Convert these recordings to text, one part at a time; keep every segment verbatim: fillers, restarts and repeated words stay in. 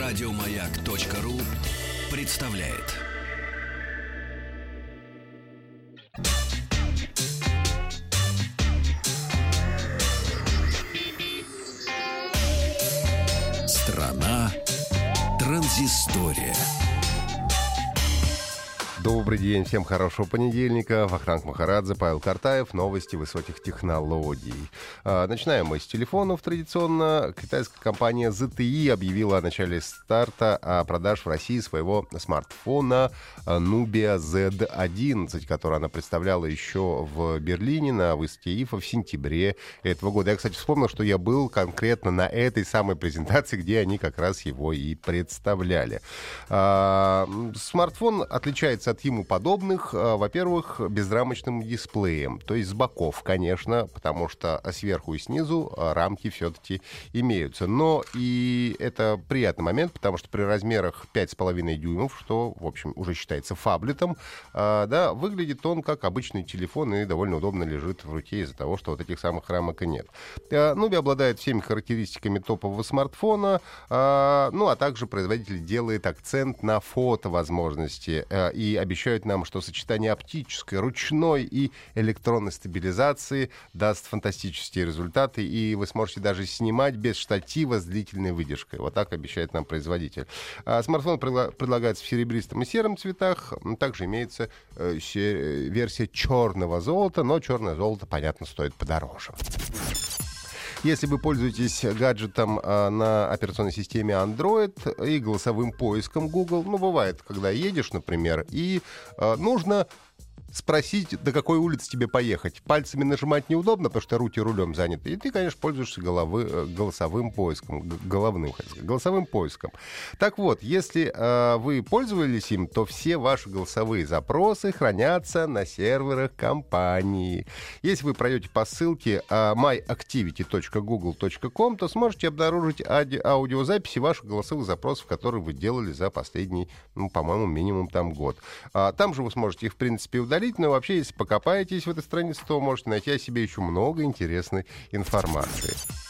Радиомаяк.ру представляет. Страна транзистория. Добрый день, всем хорошего понедельника. Вахтанг Махарадзе, Павел Картаев. Новости высоких технологий. Начинаем мы с телефонов традиционно. Китайская компания зет тэ и объявила о начале старта продаж в России своего смартфона Nubia зет одиннадцать, который она представляла еще в Берлине на выставке ай эф а в сентябре этого года. Я, кстати, вспомнил, что я был конкретно на этой самой презентации, где они как раз его и представляли. Смартфон отличается от ему подобных, во-первых, безрамочным дисплеем, то есть с боков, конечно, потому что сверху и снизу рамки все-таки имеются. Но и это приятный момент, потому что при размерах пять с половиной дюймов, что, в общем, уже считается фаблетом, да, выглядит он как обычный телефон и довольно удобно лежит в руке из-за того, что вот этих самых рамок и нет. Nubia обладает всеми характеристиками топового смартфона, ну, а также производитель делает акцент на фотовозможности и обещают нам, что сочетание оптической, ручной и электронной стабилизации даст фантастические результаты, и вы сможете даже снимать без штатива с длительной выдержкой. Вот так обещает нам производитель. А смартфон предлагается в серебристом и сером цветах. Также имеется э, версия черного золота, но черное золото, понятно, стоит подороже. Если вы пользуетесь гаджетом а, на операционной системе Android и голосовым поиском Google, ну, бывает, когда едешь, например, и а, нужно спросить, до какой улицы тебе поехать. Пальцами нажимать неудобно, потому что руки рулем заняты. И ты, конечно, пользуешься головы, голосовым поиском. Головным, голосовым поиском. Так вот, если э, вы пользовались им, то все ваши голосовые запросы хранятся на серверах компании. Если вы пройдете по ссылке э, май активити точка гугл точка ком, то сможете обнаружить ади- аудиозаписи ваших голосовых запросов, которые вы делали за последний, ну, по-моему, минимум там год. А, там же вы сможете их, в принципе, удалить. Но вообще, если покопаетесь в этой странице, то можете найти о себе еще много интересной информации.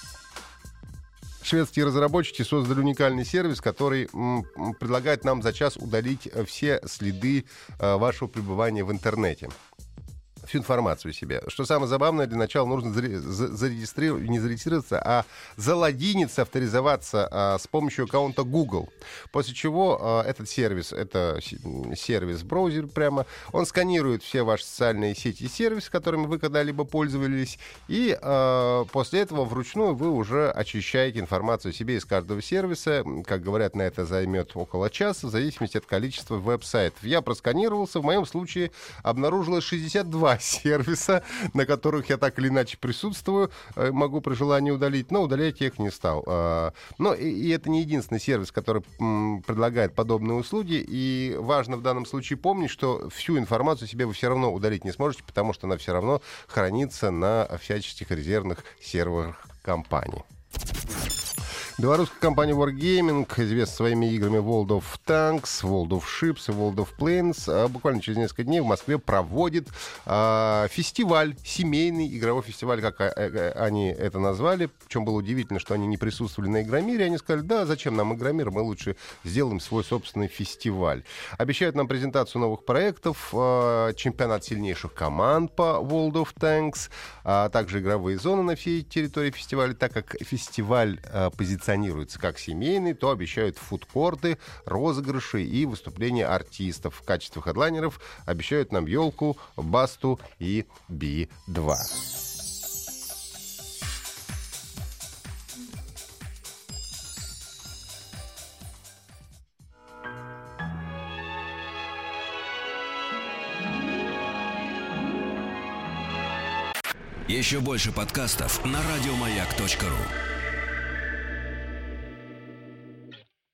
Шведские разработчики создали уникальный сервис, который м, предлагает нам за час удалить все следы э, вашего пребывания в интернете. Всю информацию себе. Что самое забавное, для начала нужно зарегистрировать, не зарегистрироваться, а залогиниться, авторизоваться а, с помощью аккаунта Google. После чего а, этот сервис, это сервис браузер прямо, он сканирует все ваши социальные сети и сервисы, которыми вы когда-либо пользовались, и а, после этого вручную вы уже очищаете информацию о себе из каждого сервиса. Как говорят, на это займет около часа, в зависимости от количества веб-сайтов. Я просканировался, в моем случае обнаружилось шестьдесят два сервиса, на которых я так или иначе присутствую, могу при желании удалить, но удалять я их не стал. Но и, и это не единственный сервис, который м, предлагает подобные услуги, и важно в данном случае помнить, что всю информацию себе вы все равно удалить не сможете, потому что она все равно хранится на всяческих резервных серверах компании. Белорусская компания Wargaming, известна своими играми World of Tanks, World of Ships и World of Planes, а буквально через несколько дней в Москве проводит а, фестиваль, семейный игровой фестиваль, как а, а, они это назвали. Причем было удивительно, что они не присутствовали на Игромире. Они сказали, да, зачем нам Игромир, мы лучше сделаем свой собственный фестиваль. Обещают нам презентацию новых проектов, а, чемпионат сильнейших команд по World of Tanks, а также игровые зоны на всей территории фестиваля. Так как фестиваль а, позиционируется как семейный, то обещают фудкорты, розыгрыши и выступления артистов. В качестве хедлайнеров обещают нам Ёлку, Басту и би два. Еще больше подкастов на радиомаяк точка ру.